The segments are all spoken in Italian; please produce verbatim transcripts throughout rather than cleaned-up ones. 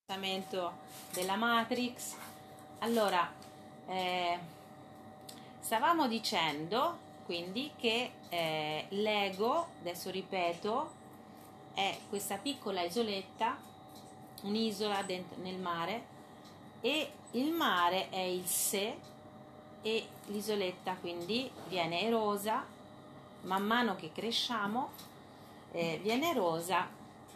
Della Matrix. Allora, eh, stavamo dicendo quindi che eh, l'ego, adesso ripeto, è questa piccola isoletta, un'isola dentro, nel mare, e il mare è il sé, e l'isoletta quindi viene erosa man mano che cresciamo, eh, viene erosa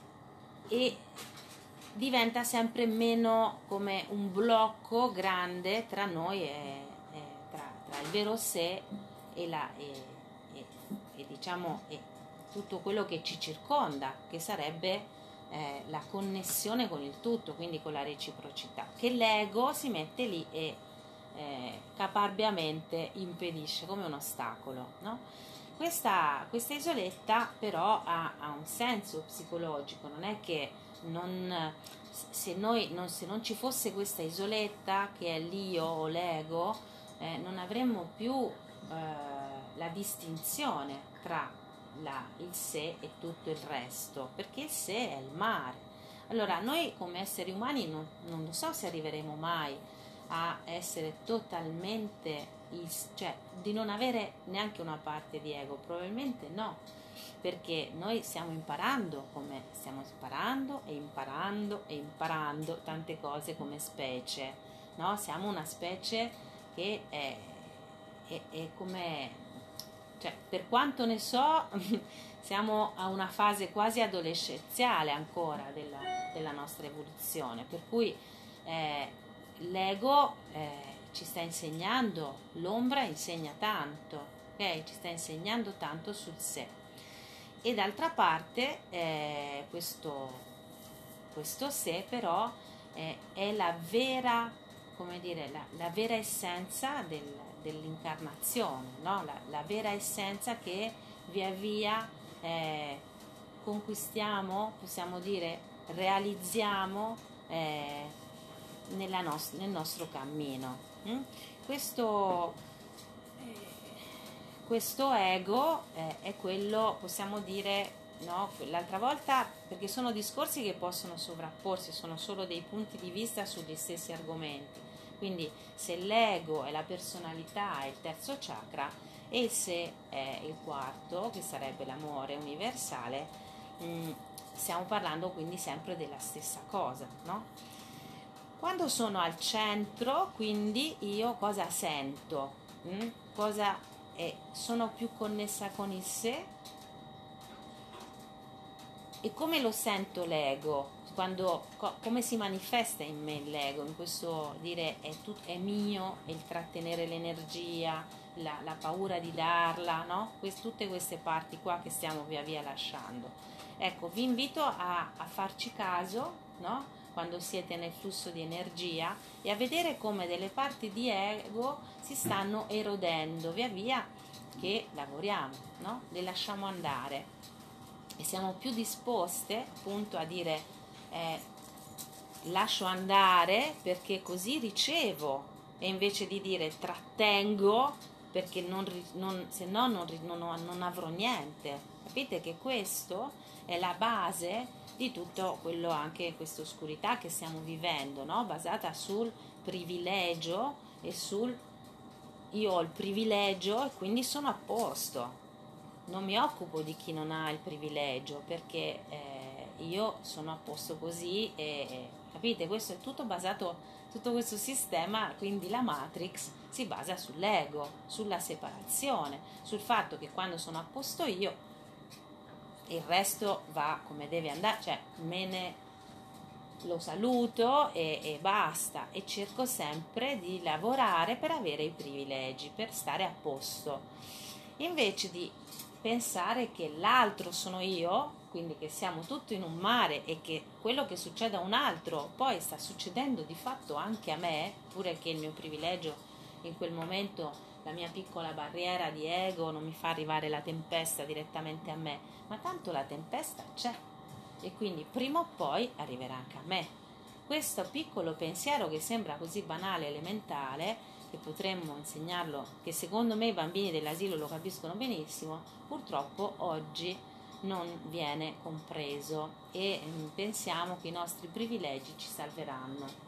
e diventa sempre meno come un blocco grande tra noi e, e tra, tra il vero sé e, la, e, e, e diciamo e tutto quello che ci circonda, che sarebbe eh, la connessione con il tutto, quindi con la reciprocità, che l'ego si mette lì e eh, caparbiamente impedisce come un ostacolo, no? Questa, questa isoletta però ha, ha un senso psicologico, non è che non, se, noi, non, se non ci fosse questa isoletta che è l'io o l'ego, eh, non avremmo più eh, la distinzione tra la, il sé e tutto il resto, perché il sé è il mare. Allora noi come esseri umani non, non lo so se arriveremo mai a essere totalmente, cioè di non avere neanche una parte di ego, probabilmente no, perché noi stiamo imparando, come stiamo imparando e imparando e imparando tante cose come specie, no? Siamo una specie che è, è, è come, cioè per quanto ne so siamo a una fase quasi adolescenziale ancora della, della nostra evoluzione, per cui eh, l'ego eh, ci sta insegnando, l'ombra insegna tanto, ok? Ci sta insegnando tanto sul sé. E d'altra parte eh, questo, questo sé però eh, è la vera, come dire, la, la vera essenza del, dell'incarnazione, no? la, la vera essenza che via via eh, conquistiamo, possiamo dire, realizziamo eh, nella nos- nel nostro cammino. Mm? Questo, eh, questo ego eh, è quello, possiamo dire, no? L'altra volta, perché sono discorsi che possono sovrapporsi, sono solo dei punti di vista sugli stessi argomenti. Quindi se l'ego è la personalità, è il terzo chakra, e il sé è il quarto, che sarebbe l'amore universale, mm, stiamo parlando quindi sempre della stessa cosa, no? Quando sono al centro, quindi io cosa sento? Mm? Cosa è? Sono più connessa con il sé? E come lo sento l'ego? Quando, co- come si manifesta in me l'ego? In questo dire è, tut- è mio, è il trattenere l'energia, la, la paura di darla, no? Quest- tutte queste parti qua che stiamo via via lasciando. Ecco, vi invito a, a farci caso, no? Quando siete nel flusso di energia, e a vedere come delle parti di ego si stanno erodendo via via che lavoriamo, no? Le lasciamo andare e siamo più disposte appunto a dire eh, lascio andare perché così ricevo, e invece di dire trattengo perché non, non, se no non, non, non avrò niente. Capite che questo è la base di tutto quello, anche questa oscurità che stiamo vivendo, no? Basata sul privilegio e sul io ho il privilegio e quindi sono a posto. Non mi occupo di chi non ha il privilegio, perché eh, io sono a posto così e, e capite, questo è tutto basato, tutto questo sistema, quindi la Matrix si basa sull'ego, sulla separazione, sul fatto che quando sono a posto io il resto va come deve andare, cioè me ne lo saluto e, e basta, e cerco sempre di lavorare per avere i privilegi, per stare a posto, invece di pensare che l'altro sono io, quindi che siamo tutti in un mare e che quello che succede a un altro poi sta succedendo di fatto anche a me, pure che il mio privilegio in quel momento, la mia piccola barriera di ego non mi fa arrivare la tempesta direttamente a me, ma tanto la tempesta c'è e quindi prima o poi arriverà anche a me. Questo piccolo pensiero che sembra così banale, elementare, che potremmo insegnarlo, che secondo me i bambini dell'asilo lo capiscono benissimo, purtroppo oggi non viene compreso e pensiamo che i nostri privilegi ci salveranno.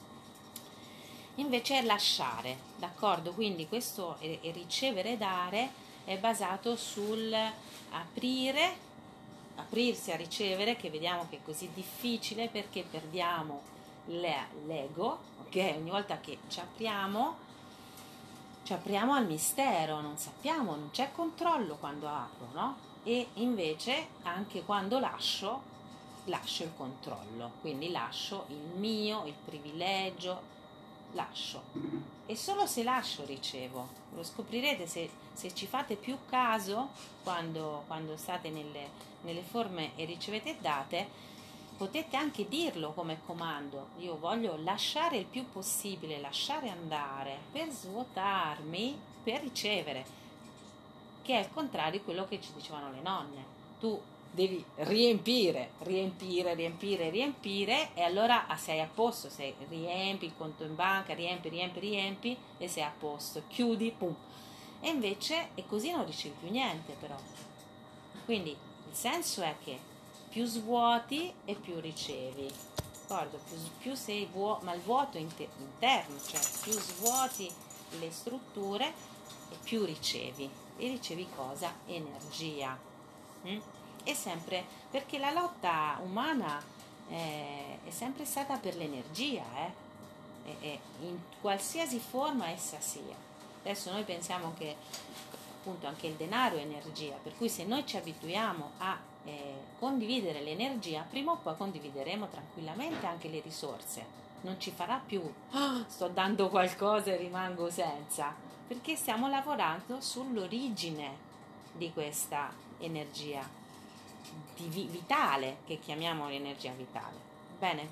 Invece è lasciare, d'accordo? Quindi questo ricevere e dare è basato sul aprire, aprirsi a ricevere, che vediamo che è così difficile perché perdiamo l'ego, ok? Ogni volta che ci apriamo, ci apriamo al mistero, non sappiamo, non c'è controllo quando apro, no? E invece anche quando lascio, lascio il controllo, quindi lascio il mio, il privilegio, lascio. E solo se lascio ricevo. Lo scoprirete se, se ci fate più caso quando, quando state nelle, nelle forme e ricevete e date, potete anche dirlo come comando: io voglio lasciare il più possibile, lasciare andare per svuotarmi, per ricevere, che è il contrario di quello che ci dicevano le nonne. Tu devi riempire, riempire, riempire, riempire e allora sei a posto, sei, riempi il conto in banca, riempi, riempi, riempi e sei a posto, chiudi, pum. E invece è così, non ricevi più niente però. Quindi il senso è che più svuoti e più ricevi. Ricordo, più, più sei vuoto, ma il vuoto inter- interno, cioè più svuoti le strutture e più ricevi. E ricevi cosa? Energia. Mm? È sempre, perché la lotta umana eh, è sempre stata per l'energia, eh? e, e in qualsiasi forma essa sia. Adesso noi pensiamo che appunto anche il denaro è energia, per cui se noi ci abituiamo a eh, condividere l'energia, prima o poi condivideremo tranquillamente anche le risorse. Non ci farà più oh, sto dando qualcosa e rimango senza, perché stiamo lavorando sull'origine di questa energia di vitale, che chiamiamo l'energia vitale. Bene?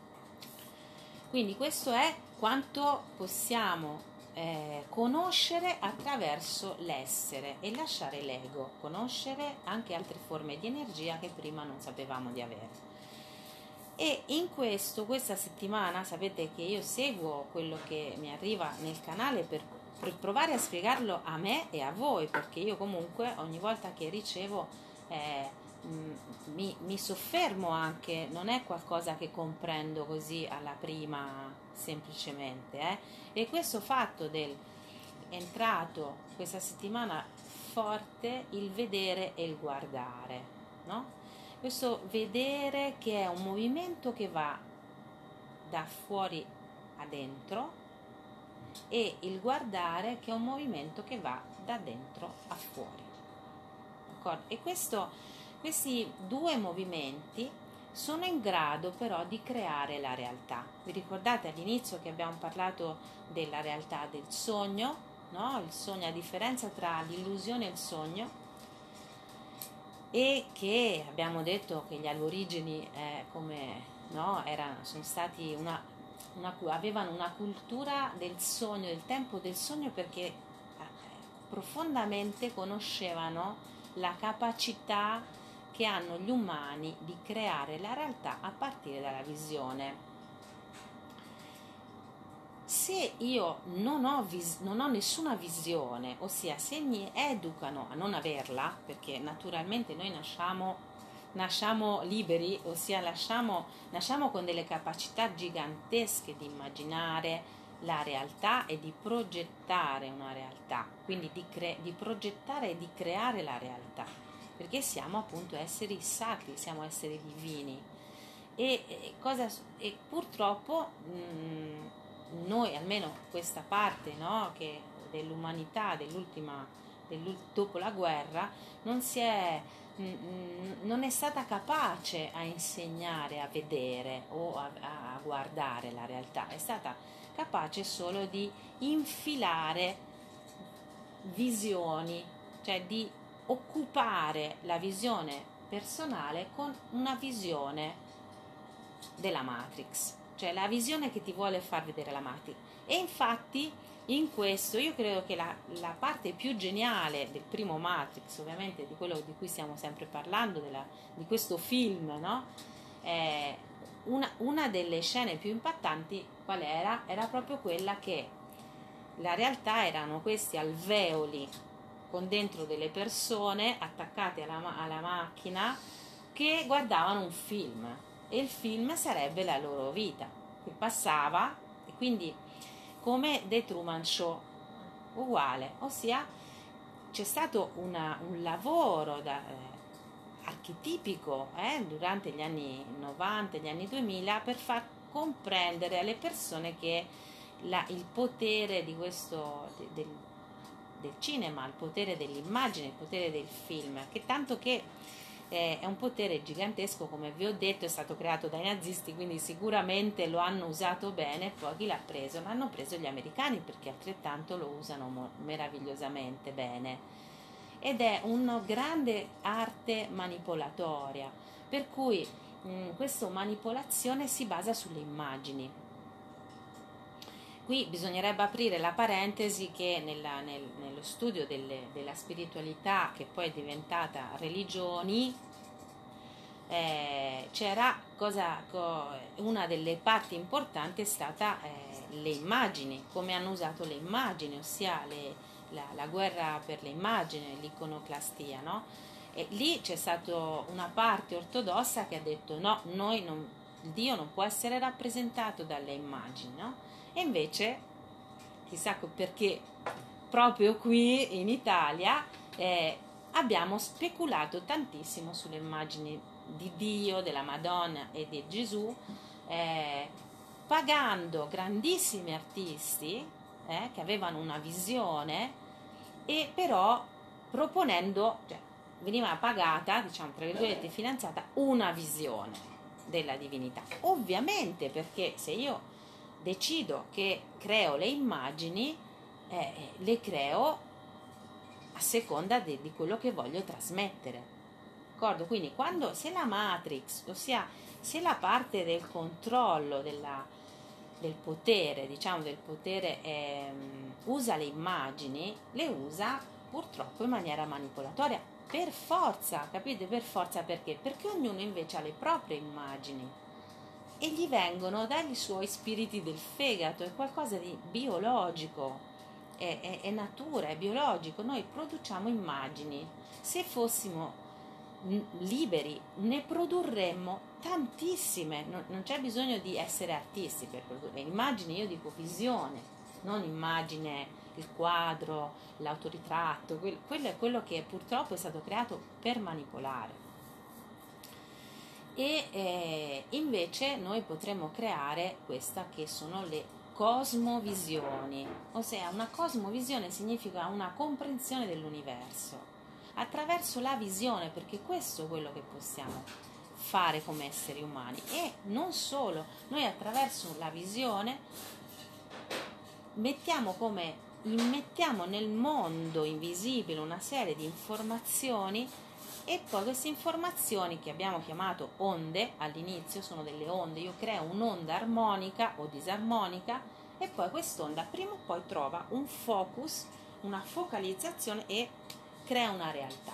Quindi questo è quanto possiamo eh, conoscere attraverso l'essere e lasciare l'ego, conoscere anche altre forme di energia che prima non sapevamo di avere. E in questo, questa settimana, sapete che io seguo quello che mi arriva nel canale per, per provare a spiegarlo a me e a voi, perché io comunque ogni volta che ricevo eh, mh, mi, mi soffermo anche, non è qualcosa che comprendo così alla prima semplicemente, eh. E questo fatto del entrato questa settimana forte il vedere e il guardare, no? Questo vedere che è un movimento che va da fuori a dentro e il guardare che è un movimento che va da dentro a fuori. D'accordo? E questo, questi due movimenti sono in grado però di creare la realtà. Vi ricordate all'inizio che abbiamo parlato della realtà del sogno, no? Il sogno, a differenza tra l'illusione e il sogno, e che abbiamo detto che gli aborigeni eh, come no, erano, sono stati una, una, avevano una cultura del sogno, del tempo del sogno, perché eh, profondamente conoscevano la capacità che hanno gli umani di creare la realtà a partire dalla visione. Se io non ho, vis- non ho nessuna visione, ossia se mi educano a non averla, perché naturalmente noi nasciamo, nasciamo liberi, ossia lasciamo, nasciamo con delle capacità gigantesche di immaginare la realtà e di progettare una realtà, quindi di, cre- di progettare e di creare la realtà, perché siamo appunto esseri sacri, siamo esseri divini. E, e, cosa, e purtroppo mh, noi, almeno questa parte, no, che dell'umanità dell'ultima, dell'ult- dopo la guerra, non si è mh, non è stata capace a insegnare a vedere o a, a guardare la realtà, è stata capace solo di infilare visioni, cioè di occupare la visione personale con una visione della Matrix, cioè la visione che ti vuole far vedere la Matrix. E infatti in questo io credo che la, la parte più geniale del primo Matrix, ovviamente di quello di cui stiamo sempre parlando, della, di questo film, no? Eh, una, una delle scene più impattanti qual era? Era proprio quella che la realtà erano questi alveoli con dentro delle persone attaccate alla, ma- alla macchina che guardavano un film, e il film sarebbe la loro vita che passava, e quindi come The Truman Show, uguale, ossia c'è stato una, un lavoro da, eh, archetipico eh, durante gli anni novanta, gli anni duemila, per far comprendere alle persone che la, il potere di questo de, del, del cinema, il potere dell'immagine, il potere del film, che tanto che eh, è un potere gigantesco, come vi ho detto, è stato creato dai nazisti, quindi sicuramente lo hanno usato bene. Poi chi l'ha preso? L'hanno preso gli americani, perché altrettanto lo usano mo- meravigliosamente bene, ed è una grande arte manipolatoria, per cui mh, questa manipolazione si basa sulle immagini. Qui bisognerebbe aprire la parentesi che nella, nel, nello studio delle, della spiritualità, che poi è diventata religioni, eh, c'era cosa, co, una delle parti importanti è stata eh, le immagini, come hanno usato le immagini, ossia le, la, la guerra per le immagini, l'iconoclastia, no? E lì c'è stata una parte ortodossa che ha detto no, noi non, Dio non può essere rappresentato dalle immagini, no? E invece, chissà perché, proprio qui in Italia eh, abbiamo speculato tantissimo sulle immagini di Dio, della Madonna e di Gesù, eh, pagando grandissimi artisti eh, che avevano una visione, e però proponendo, cioè veniva pagata, diciamo tra virgolette, finanziata una visione della divinità. Ovviamente, perché se io decido che creo le immagini, eh, le creo a seconda di, di quello che voglio trasmettere, d'accordo? Quindi quando, se la matrix, ossia se la parte del controllo della, del potere, diciamo del potere ehm, usa le immagini, le usa purtroppo in maniera manipolatoria, per forza, capite? Per forza, perché? Perché ognuno invece ha le proprie immagini e gli vengono dagli suoi spiriti del fegato, è qualcosa di biologico, è, è, è natura, è biologico. Noi produciamo immagini. Se fossimo liberi ne produrremmo tantissime, non, non c'è bisogno di essere artisti per produrre immagini. Io dico visione, non immagine, il quadro, l'autoritratto, quello, quello è quello che purtroppo è stato creato per manipolare. E eh, invece noi potremmo creare questa, che sono le cosmovisioni, ossia una cosmovisione significa una comprensione dell'universo attraverso la visione, perché questo è quello che possiamo fare come esseri umani. E non solo, noi attraverso la visione mettiamo come immettiamo nel mondo invisibile una serie di informazioni, e poi queste informazioni, che abbiamo chiamato onde all'inizio, sono delle onde. Io creo un'onda armonica o disarmonica, e poi quest'onda prima o poi trova un focus, una focalizzazione, e crea una realtà.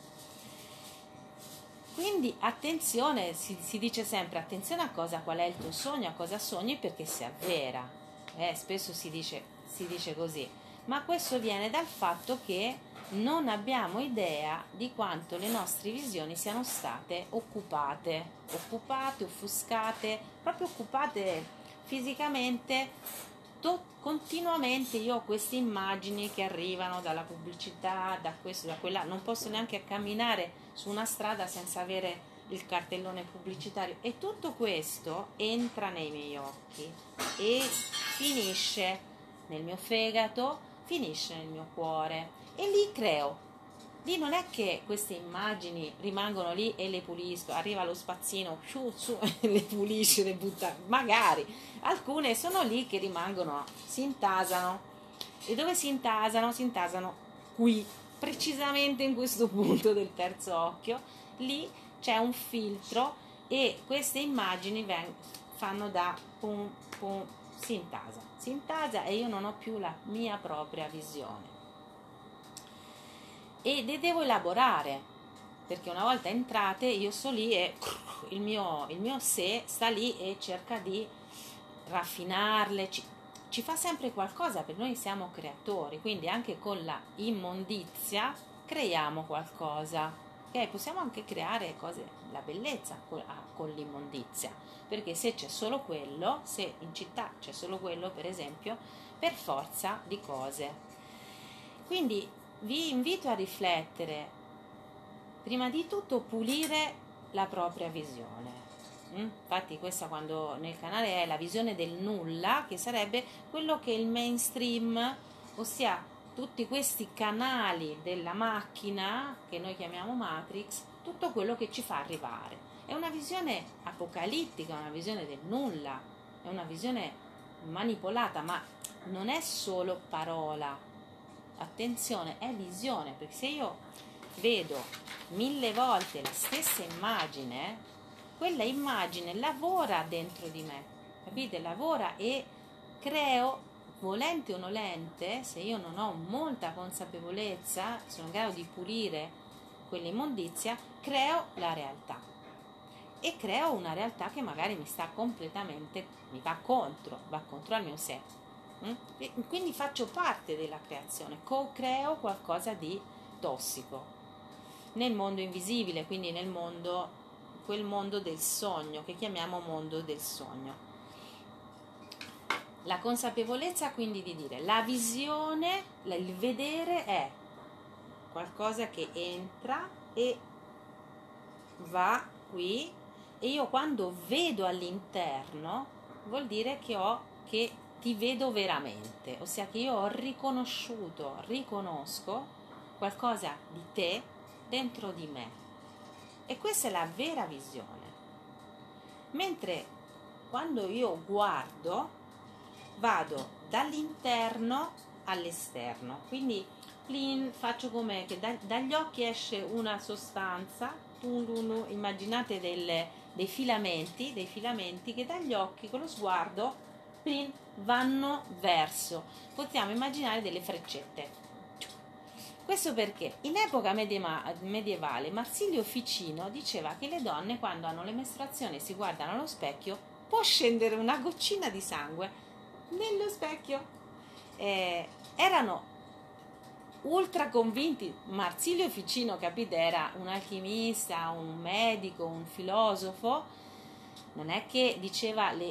Quindi attenzione, si, si dice sempre attenzione a cosa, qual è il tuo sogno, a cosa sogni, perché si avvera. Eh, spesso si dice, si dice così, ma questo viene dal fatto che non abbiamo idea di quanto le nostre visioni siano state occupate, occupate, offuscate, proprio occupate fisicamente. To- continuamente io ho queste immagini che arrivano dalla pubblicità, da questo, da quella, non posso neanche camminare su una strada senza avere il cartellone pubblicitario, e tutto questo entra nei miei occhi e finisce nel mio fegato, finisce nel mio cuore, e lì creo. Lì non è che queste immagini rimangono lì e le pulisco, arriva lo spazzino, su, su, le pulisce, le butta, magari. Alcune sono lì che rimangono, si intasano. E dove si intasano? Si intasano qui, precisamente in questo punto del terzo occhio. Lì c'è un filtro, e queste immagini veng- fanno da pum pum, si intasa, si intasa, e io non ho più la mia propria visione. E le devo elaborare, perché una volta entrate io sto lì e il mio, il mio sé sta lì e cerca di raffinarle, ci fa sempre qualcosa, perché noi siamo creatori, quindi anche con la immondizia creiamo qualcosa, ok? Possiamo anche creare cose, la bellezza con, ah, con l'immondizia, perché se c'è solo quello, se in città c'è solo quello, per esempio, per forza di cose. Quindi vi invito a riflettere, prima di tutto pulire la propria visione. Infatti questa, quando nel canale è la visione del nulla, che sarebbe quello che è il mainstream, ossia tutti questi canali della macchina che noi chiamiamo Matrix, tutto quello che ci fa arrivare. È una visione apocalittica, una visione del nulla, è una visione manipolata, ma non è solo parola. Attenzione, è visione, perché se io vedo mille volte la stessa immagine, quella immagine lavora dentro di me, capite? Lavora e creo, volente o nolente, se io non ho molta consapevolezza, sono in grado di pulire quell'immondizia, creo la realtà. E creo una realtà che magari mi sta completamente, mi va contro, va contro al mio sé. E quindi faccio parte della creazione, co-creo qualcosa di tossico nel mondo invisibile, quindi nel mondo, quel mondo del sogno che chiamiamo mondo del sogno. La consapevolezza, quindi, di dire, la visione, il vedere è qualcosa che entra e va qui, e io quando vedo all'interno vuol dire che ho che ti vedo veramente, ossia che io ho riconosciuto, riconosco qualcosa di te dentro di me, e questa è la vera visione. Mentre quando io guardo vado dall'interno all'esterno, quindi plin, faccio come che da, dagli occhi esce una sostanza, immaginate delle, dei filamenti, dei filamenti che dagli occhi con lo sguardo plin, vanno verso, possiamo immaginare delle freccette. Questo perché in epoca medievale Marsilio Ficino diceva che le donne, quando hanno le mestruazioni e si guardano allo specchio, può scendere una goccina di sangue nello specchio. Eh, erano ultra convinti. Marsilio Ficino, capite, era un alchimista, un medico, un filosofo, non è che diceva le,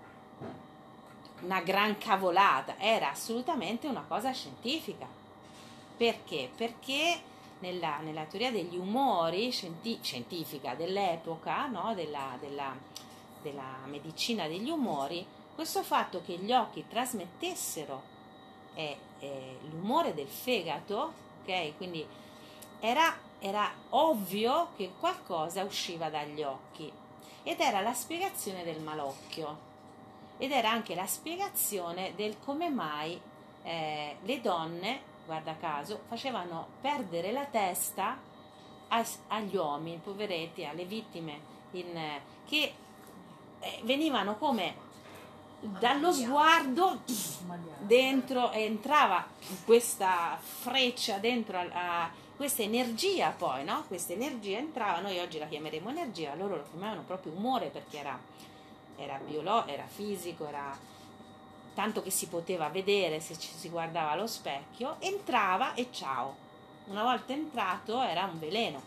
una gran cavolata, era assolutamente una cosa scientifica. Perché? Perché nella, nella teoria degli umori scienti- scientifica dell'epoca, no? della, della, della medicina degli umori, questo fatto che gli occhi trasmettessero eh, eh, l'umore del fegato, ok? Quindi era, era ovvio che qualcosa usciva dagli occhi, ed era la spiegazione del malocchio, ed era anche la spiegazione del come mai eh, le donne, guarda caso, facevano perdere la testa agli uomini, poveretti, alle vittime, in, che eh, venivano come dallo sguardo dentro, entrava questa freccia dentro a, a questa energia, poi no? Questa energia entrava, noi oggi la chiameremo energia, loro lo chiamavano proprio umore, perché era, era biologico, era fisico, era tanto che si poteva vedere se ci si guardava allo specchio, entrava e ciao, una volta entrato era un veleno,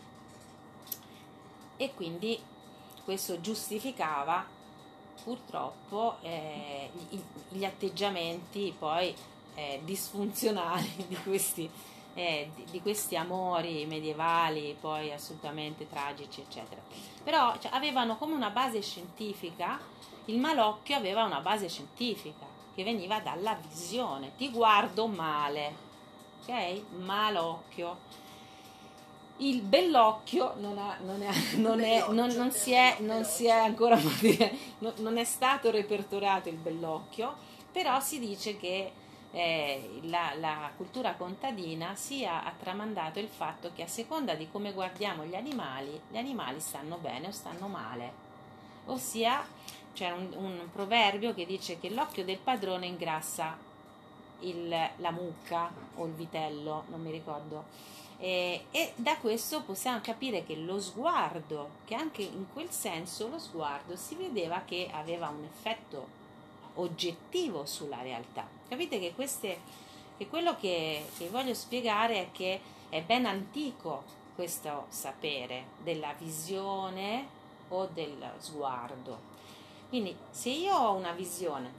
e quindi questo giustificava purtroppo eh, gli, gli atteggiamenti poi eh, disfunzionali di questi, eh, di, di questi amori medievali, poi assolutamente tragici, eccetera. Però cioè, avevano come una base scientifica, il malocchio aveva una base scientifica che veniva dalla visione, ti guardo male, ok? Malocchio. Il bellocchio non, ha, non, è, non, è, non, non, si è, non si è ancora non è stato repertoriato il bellocchio, però si dice che eh, la, la cultura contadina sia ha tramandato il fatto che a seconda di come guardiamo gli animali, gli animali stanno bene o stanno male, ossia c'è un, un proverbio che dice che l'occhio del padrone ingrassa il, la mucca o il vitello, non mi ricordo, e, e da questo possiamo capire che lo sguardo, che anche in quel senso lo sguardo si vedeva che aveva un effetto oggettivo sulla realtà. Capite che, queste, che quello che, che voglio spiegare è che è ben antico questo sapere della visione o del sguardo. Quindi se io ho una visione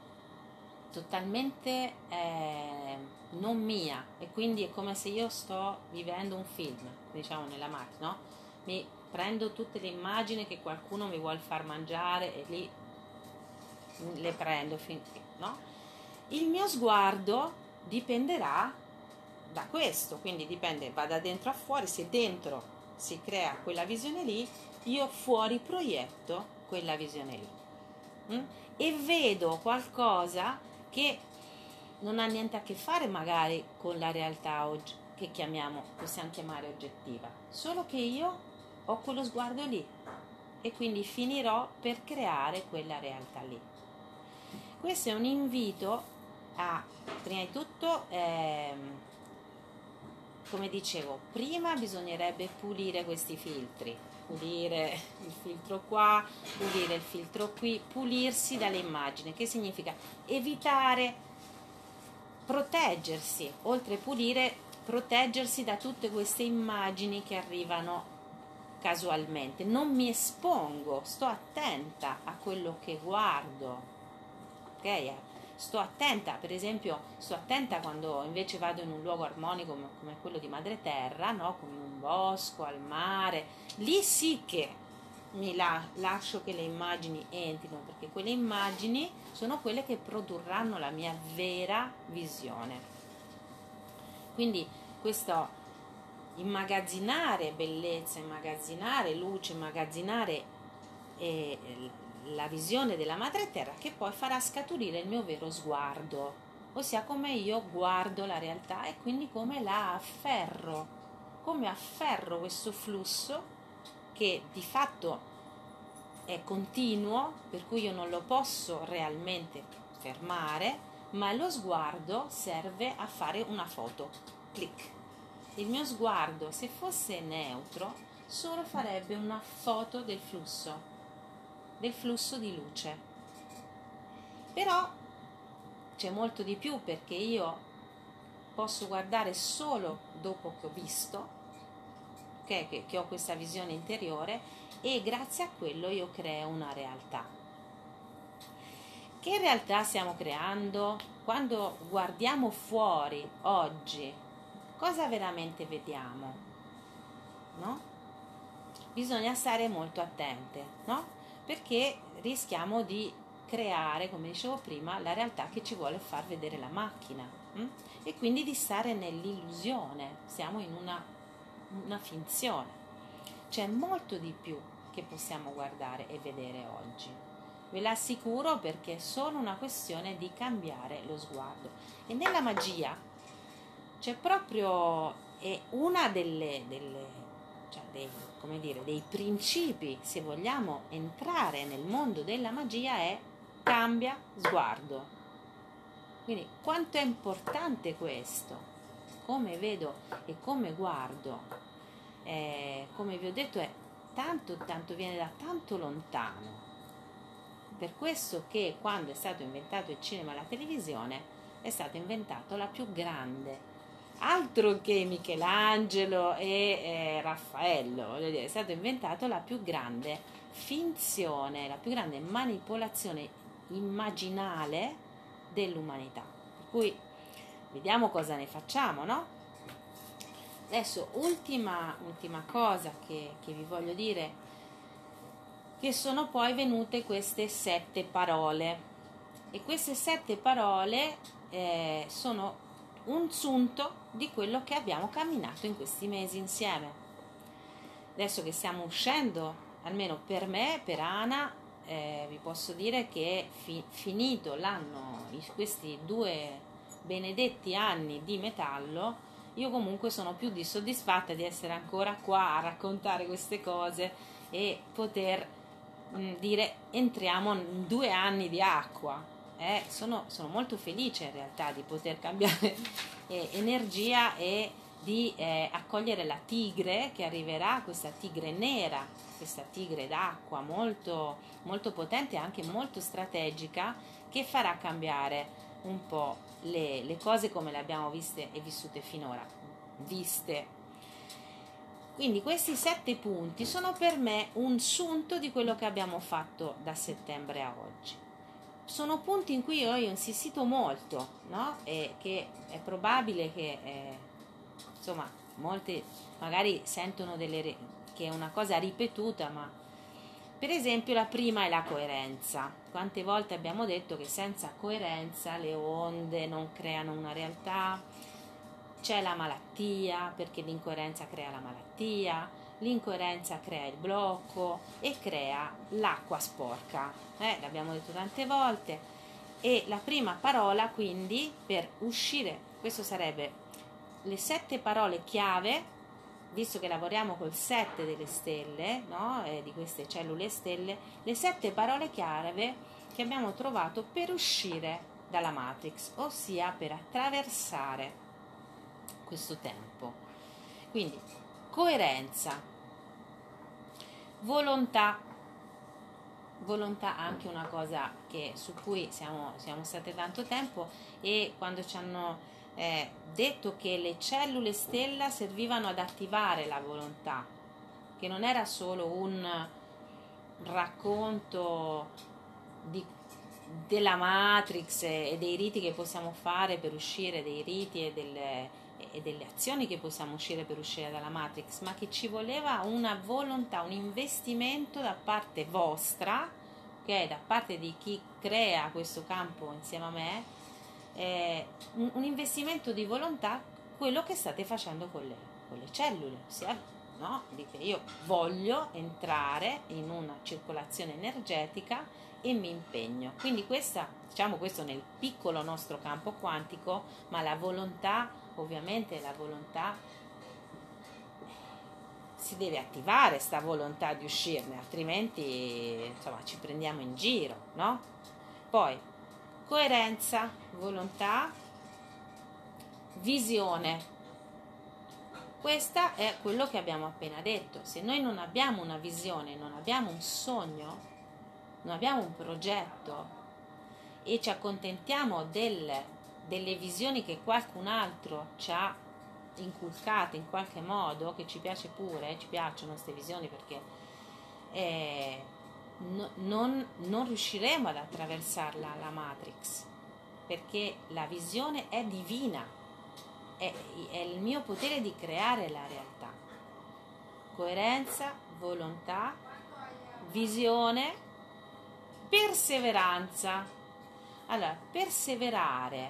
totalmente eh, non mia, e quindi è come se io sto vivendo un film, diciamo nella macchina, no? Mi prendo tutte le immagini che qualcuno mi vuole far mangiare e lì le prendo finché, no? Il mio sguardo dipenderà da questo, quindi dipende, va da dentro a fuori. Se dentro si crea quella visione lì, io fuori proietto quella visione lì, mm? E vedo qualcosa che non ha niente a che fare magari con la realtà oggi, che chiamiamo, possiamo chiamare oggettiva, solo che io ho quello sguardo lì e quindi finirò per creare quella realtà lì. Questo è un invito a, prima di tutto, ehm, come dicevo, prima bisognerebbe pulire questi filtri, pulire il filtro qua, pulire il filtro qui, pulirsi dalle immagini. Che significa? Evitare, proteggersi, oltre a pulire, proteggersi da tutte queste immagini che arrivano casualmente. Non mi espongo, sto attenta a quello che guardo, ok? Sto attenta, per esempio, sto attenta quando invece vado in un luogo armonico come, come quello di Madre Terra, no? Come un bosco, al mare, lì sì che mi la, lascio che le immagini entrino, perché quelle immagini sono quelle che produrranno la mia vera visione. Quindi questo immagazzinare bellezza, immagazzinare luce, immagazzinare eh, la visione della Madre Terra, che poi farà scaturire il mio vero sguardo, ossia come io guardo la realtà e quindi come la afferro, come afferro questo flusso che di fatto è continuo, per cui io non lo posso realmente fermare, ma lo sguardo serve a fare una foto, clic. Il mio sguardo, se fosse neutro, solo farebbe una foto del flusso, del flusso di luce. Però c'è molto di più, perché io posso guardare solo dopo che ho visto, okay, che, che ho questa visione interiore, e grazie a quello io creo una realtà. Che realtà stiamo creando? Quando guardiamo fuori oggi, cosa veramente vediamo? No? Bisogna stare molto attente, no? Perché rischiamo di creare, come dicevo prima, la realtà che ci vuole far vedere la macchina, hm? E quindi di stare nell'illusione, siamo in una, una finzione. C'è molto di più che possiamo guardare e vedere oggi, ve l'assicuro, perché è solo una questione di cambiare lo sguardo. E nella magia c'è proprio è una delle, delle cioè dei, come dire, dei principi, se vogliamo entrare nel mondo della magia, è cambia sguardo. Quindi quanto è importante questo, come vedo e come guardo, eh, come vi ho detto, è tanto tanto viene da tanto lontano. Per questo che quando è stato inventato il cinema e la televisione è stato inventato la più grande, altro che Michelangelo e eh, Raffaello, voglio dire, è stato inventato la più grande finzione, la più grande manipolazione immaginale dell'umanità. Per cui vediamo cosa ne facciamo, no? Adesso ultima, ultima cosa che, che vi voglio dire, che sono poi venute queste sette parole, e queste sette parole eh, sono un sunto di quello che abbiamo camminato in questi mesi insieme. Adesso che stiamo uscendo, almeno per me, per Ana, eh, vi posso dire che fi- finito l'anno, questi due benedetti anni di metallo, io comunque sono più di soddisfatta di essere ancora qua a raccontare queste cose e poter mh, dire entriamo in due anni di acqua. Eh, sono, sono molto felice in realtà di poter cambiare eh, energia e di eh, accogliere la tigre che arriverà, questa tigre nera, questa tigre d'acqua molto, molto potente e anche molto strategica, che farà cambiare un po' le, le cose come le abbiamo viste e vissute finora. Viste. Quindi questi sette punti sono per me un sunto di quello che abbiamo fatto da settembre a oggi. Sono punti in cui io ho insistito molto, no? E che è probabile che eh, insomma molti magari sentono delle, che è una cosa ripetuta, ma per esempio la prima è la coerenza. Quante volte abbiamo detto che senza coerenza le onde non creano una realtà, c'è la malattia perché l'incoerenza crea la malattia, l'incoerenza crea il blocco e crea l'acqua sporca, eh, l'abbiamo detto tante volte. E la prima parola quindi per uscire, questo sarebbe le sette parole chiave, visto che lavoriamo col sette delle stelle, no? eh, di queste cellule stelle, le sette parole chiave che abbiamo trovato per uscire dalla matrix, ossia per attraversare questo tempo. Quindi coerenza, volontà, volontà anche una cosa che, su cui siamo, siamo state tanto tempo, e quando ci hanno eh, detto che le cellule stella servivano ad attivare la volontà, che non era solo un racconto di, della Matrix e dei riti che possiamo fare per uscire, dei riti e delle, e delle azioni che possiamo uscire per uscire dalla Matrix, ma che ci voleva una volontà, un investimento da parte vostra, ok, da parte di chi crea questo campo insieme a me, eh, un, un investimento di volontà, quello che state facendo con le, con le cellule, ossia, no? Dice io voglio entrare in una circolazione energetica e mi impegno. Quindi questa, diciamo questo nel piccolo nostro campo quantico, ma la volontà, ovviamente la volontà, si deve attivare sta volontà di uscirne, altrimenti insomma ci prendiamo in giro, no? Poi coerenza, volontà, visione. Questa è quello che abbiamo appena detto. Se noi non abbiamo una visione, non abbiamo un sogno, non abbiamo un progetto e ci accontentiamo del, delle visioni che qualcun altro ci ha inculcate in qualche modo, che ci piace pure, ci piacciono queste visioni perché eh, no, non, non riusciremo ad attraversarla la Matrix, perché la visione è divina. È, è il mio potere di creare la realtà. Coerenza, volontà, visione, perseveranza. Allora, perseverare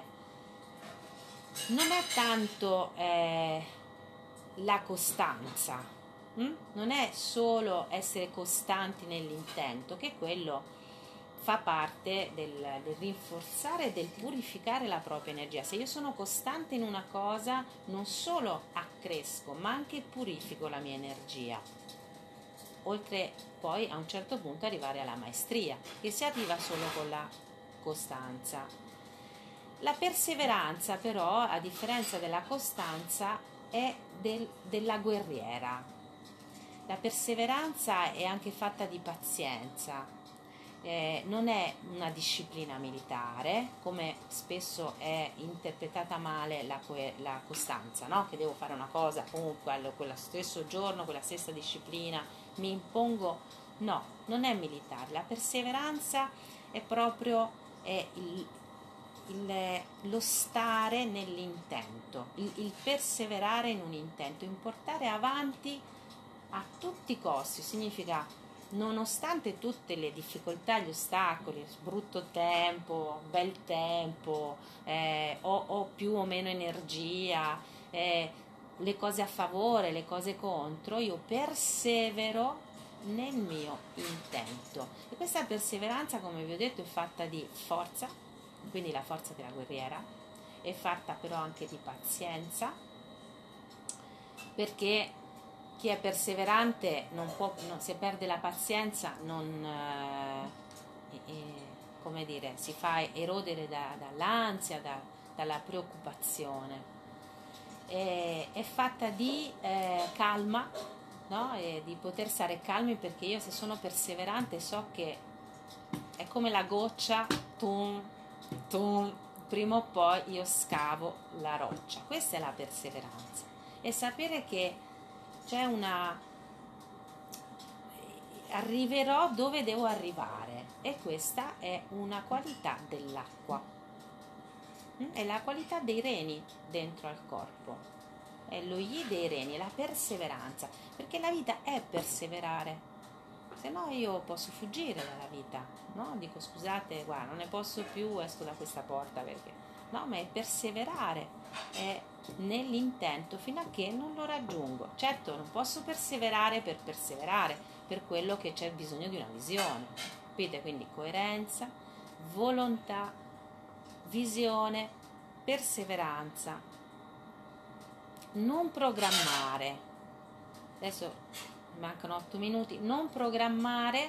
non è tanto eh, la costanza, hm? Non è solo essere costanti nell'intento, che quello fa parte del, del rinforzare e del purificare la propria energia. Se io sono costante in una cosa, non solo accresco, ma anche purifico la mia energia. Oltre poi a un certo punto arrivare alla maestria, che si arriva solo con la costanza. La perseveranza però, a differenza della costanza, è del, della guerriera. La perseveranza è anche fatta di pazienza. Eh, non è una disciplina militare, come spesso è interpretata male la, la costanza, no? Che devo fare una cosa comunque quello stesso giorno, quella stessa disciplina, mi impongo. No, non è militare. La perseveranza è proprio è il, il, lo stare nell'intento, il, il perseverare in un intento, in portare avanti a tutti i costi. Significa, nonostante tutte le difficoltà, gli ostacoli, brutto tempo, bel tempo, eh, ho, ho più o meno energia, eh, le cose a favore, le cose contro, io persevero nel mio intento. E questa perseveranza, come vi ho detto, è fatta di forza, quindi la forza della guerriera, è fatta però anche di pazienza, perché chi è perseverante non può, no, se perde la pazienza non, eh, eh, come dire, si fa erodere da, dall'ansia, da, dalla preoccupazione. è, è fatta di eh, calma, no? E di poter stare calmi, perché io se sono perseverante so che è come la goccia, tum, tum, prima o poi io scavo la roccia. Questa è la perseveranza, e sapere che c'è una, arriverò dove devo arrivare, e questa è una qualità dell'acqua, è la qualità dei reni dentro al corpo, è lo yi dei reni, è la perseveranza, perché la vita è perseverare, se no io posso fuggire dalla vita, no? Dico scusate, guarda, non ne posso più, esco da questa porta, perché no, ma è perseverare, è nell'intento fino a che non lo raggiungo. Certo, non posso perseverare per perseverare, per quello che c'è bisogno di una visione, capite? Quindi coerenza, volontà, visione, perseveranza, non programmare. Adesso mancano otto minuti. Non programmare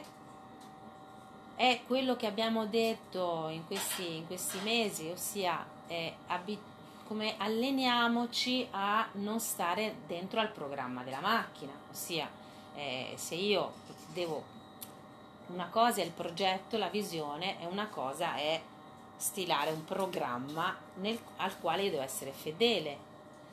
è quello che abbiamo detto in questi, in questi mesi, ossia è abit- come alleniamoci a non stare dentro al programma della macchina, ossia eh, se io devo, una cosa è il progetto, la visione, e una cosa è stilare un programma nel, al quale io devo essere fedele.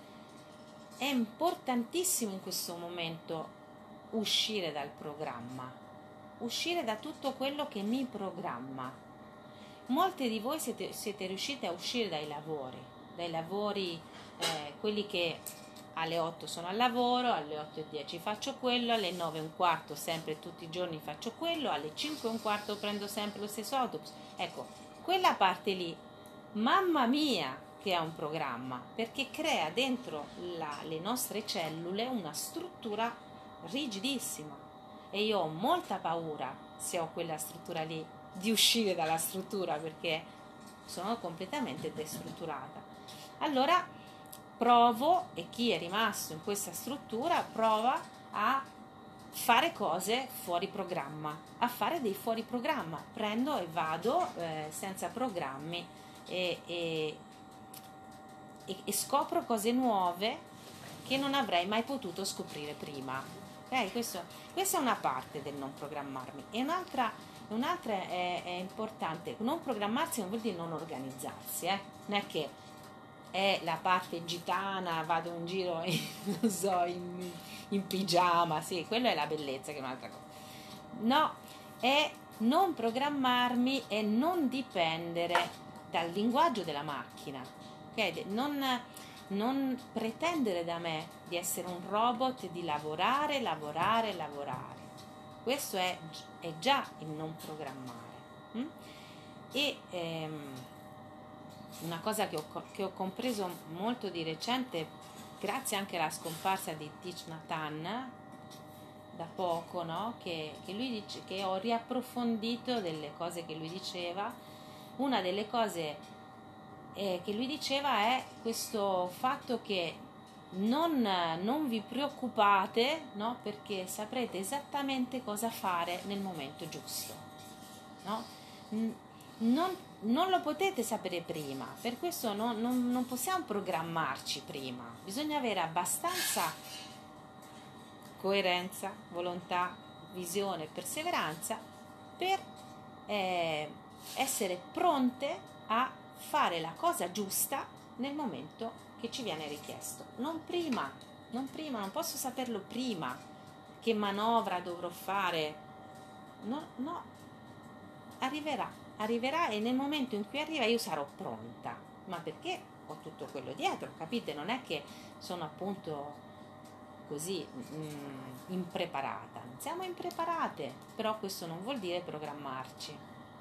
È importantissimo in questo momento uscire dal programma, uscire da tutto quello che mi programma. Molti di voi siete, siete riusciti a uscire dai lavori, dai lavori, eh, quelli che alle otto sono al lavoro, alle otto e dieci faccio quello, alle nove e un quarto sempre tutti i giorni faccio quello, alle cinque e un quarto prendo sempre lo stesso autobus. Ecco, quella parte lì, mamma mia che ha un programma, perché crea dentro la, le nostre cellule una struttura rigidissima, e io ho molta paura, se ho quella struttura lì, di uscire dalla struttura, perché sono completamente destrutturata. Allora provo, e chi è rimasto in questa struttura prova a fare cose fuori programma, a fare dei fuori programma, prendo e vado eh, senza programmi e, e, e, e scopro cose nuove che non avrei mai potuto scoprire prima. Okay? Questo, questa è una parte del non programmarmi, e un'altra, un'altra è, è importante. Non programmarsi non vuol dire non organizzarsi, eh? Non è che è la parte gitana, vado in giro in, non so, in, in pigiama, sì, quella è la bellezza, che è un'altra cosa. No, è non programmarmi e non dipendere dal linguaggio della macchina, okay? non, non pretendere da me di essere un robot, di lavorare, lavorare, lavorare. Questo è, è già il non programmare. Hm? E ehm, una cosa che ho, che ho compreso molto di recente, grazie anche alla scomparsa di Thich Nhat Hanh da poco, no? che, che lui dice, che ho riapprofondito delle cose che lui diceva. Una delle cose eh, che lui diceva è questo fatto che non, non vi preoccupate, no? Perché saprete esattamente cosa fare nel momento giusto, no? Non, non lo potete sapere prima, per questo non, non, non possiamo programmarci prima, bisogna avere abbastanza coerenza, volontà, visione, perseveranza per eh, essere pronte a fare la cosa giusta nel momento che ci viene richiesto, non prima, non prima, non posso saperlo prima che manovra dovrò fare, no, no, arriverà, arriverà e nel momento in cui arriva io sarò pronta, ma perché ho tutto quello dietro, capite? Non è che sono appunto così mh, impreparata, siamo impreparate, però questo non vuol dire programmarci,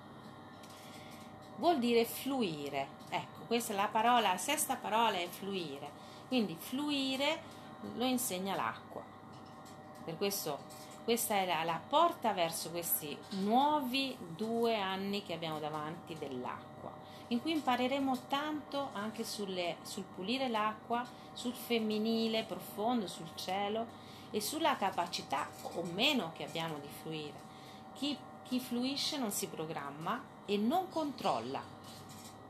vuol dire fluire. Ecco, questa è la parola, la sesta parola è fluire, quindi fluire lo insegna l'acqua, per questo questa è la, la porta verso questi nuovi due anni che abbiamo davanti dell'acqua, in cui impareremo tanto anche sulle, sul pulire l'acqua, sul femminile profondo, sul cielo e sulla capacità o meno che abbiamo di fluire. Chi, chi fluisce non si programma e non controlla.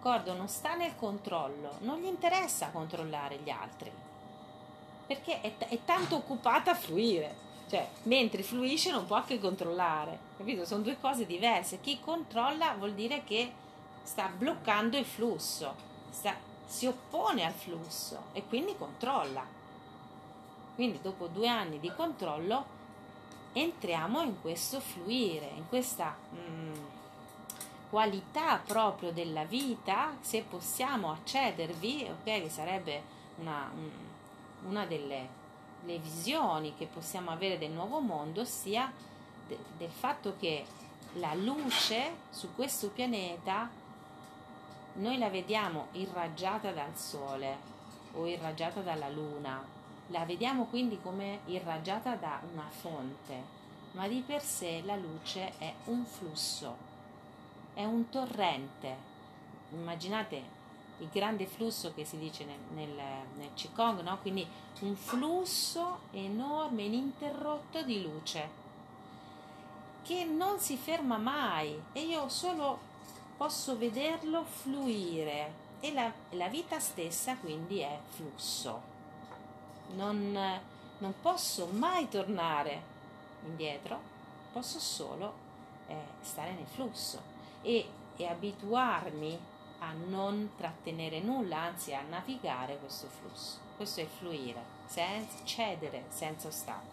d'accordo? Non sta nel controllo, non gli interessa controllare gli altri, perché è, t- è tanto occupata a fluire, cioè mentre fluisce non può che controllare, capito? Sono due cose diverse. Chi controlla vuol dire che sta bloccando il flusso, sta, si oppone al flusso e quindi controlla. Quindi dopo due anni di controllo entriamo in questo fluire, in questa mm, qualità proprio della vita. Se possiamo accedervi, ok, che sarebbe una, un- una delle le visioni che possiamo avere del nuovo mondo, sia de, del fatto che la luce su questo pianeta noi la vediamo irraggiata dal sole o irraggiata dalla luna, la vediamo quindi come irraggiata da una fonte, ma di per sé la luce è un flusso, è un torrente. Immaginate il grande flusso che si dice nel, nel, nel Qigong, no? Quindi un flusso enorme, ininterrotto di luce che non si ferma mai e io solo posso vederlo fluire, e la, la vita stessa quindi è flusso. Non, non posso mai tornare indietro, posso solo eh, stare nel flusso e, e abituarmi a non trattenere nulla, anzi a navigare questo flusso. Questo è il fluire, senza cedere, senza ostacoli.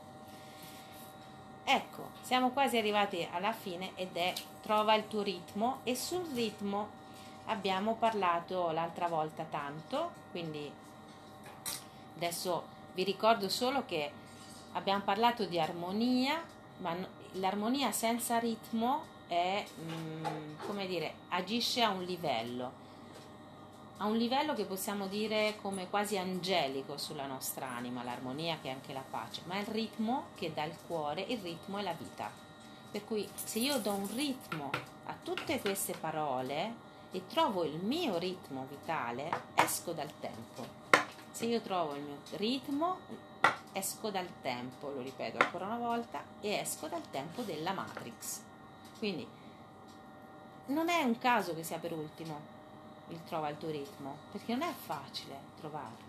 Ecco, siamo quasi arrivati alla fine ed è trova il tuo ritmo, e sul ritmo abbiamo parlato l'altra volta tanto, quindi adesso vi ricordo solo che abbiamo parlato di armonia, ma l'armonia senza ritmo è, mm, come dire, agisce a un livello, a un livello che possiamo dire come quasi angelico sulla nostra anima, l'armonia che è anche la pace, ma il ritmo che dà il cuore, il ritmo è la vita. Per cui se io do un ritmo a tutte queste parole e trovo il mio ritmo vitale, esco dal tempo. Se io trovo il mio ritmo, esco dal tempo, lo ripeto ancora una volta, e esco dal tempo della Matrix. Quindi non è un caso che sia per ultimo il trova il tuo ritmo, perché non è facile trovarlo,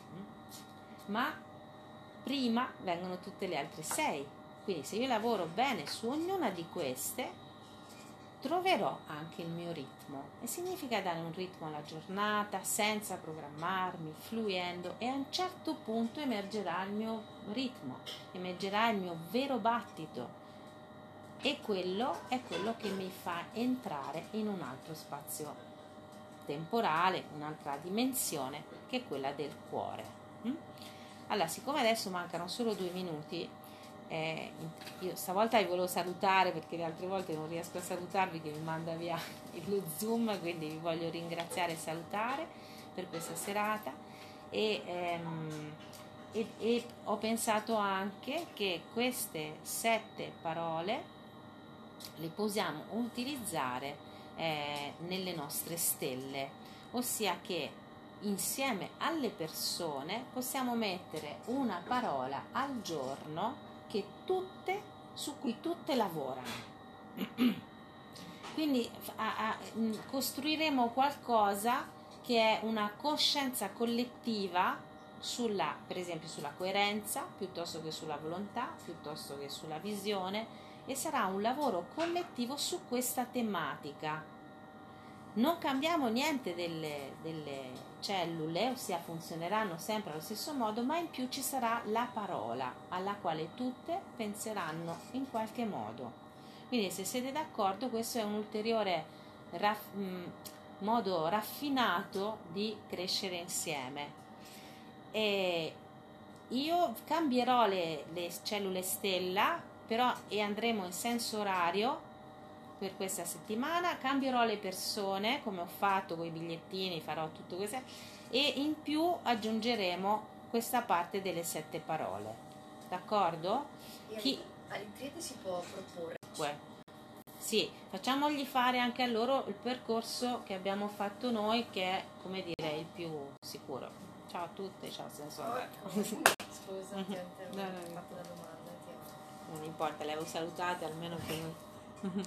ma prima vengono tutte le altre sei. Quindi se io lavoro bene su ognuna di queste, troverò anche il mio ritmo, e significa dare un ritmo alla giornata senza programmarmi, fluendo, e a un certo punto emergerà il mio ritmo, emergerà il mio vero battito, e quello è quello che mi fa entrare in un altro spazio temporale, un'altra dimensione, che è quella del cuore. Allora, siccome adesso mancano solo due minuti, eh, io stavolta vi volevo salutare, perché le altre volte non riesco a salutarvi, che mi manda via lo Zoom, quindi vi voglio ringraziare e salutare per questa serata, e, ehm, e, e ho pensato anche che queste sette parole le possiamo utilizzare eh, nelle nostre stelle, ossia che insieme alle persone possiamo mettere una parola al giorno che tutte, su cui tutte lavorano. Quindi a, a, costruiremo qualcosa che è una coscienza collettiva sulla, per esempio, sulla coerenza, piuttosto che sulla volontà, piuttosto che sulla visione, e sarà un lavoro collettivo su questa tematica. Non cambiamo niente delle, delle cellule, ossia funzioneranno sempre allo stesso modo, ma in più ci sarà la parola alla quale tutte penseranno in qualche modo. Quindi, se siete d'accordo, questo è un ulteriore raff, mh, modo raffinato di crescere insieme. E io cambierò le, le cellule stella, però, e andremo in senso orario per questa settimana. Cambierò le persone, come ho fatto con i bigliettini, farò tutto questo, e in più aggiungeremo questa parte delle sette parole, d'accordo? E Chi... all'intriete si può proporre? Beh, sì, facciamogli fare anche a loro il percorso che abbiamo fatto noi, che è, come dire, il più sicuro. Ciao a tutte, ciao senso orario. Scusa, ti ho fatto una domanda. Non importa, le avevo salutate almeno che noi.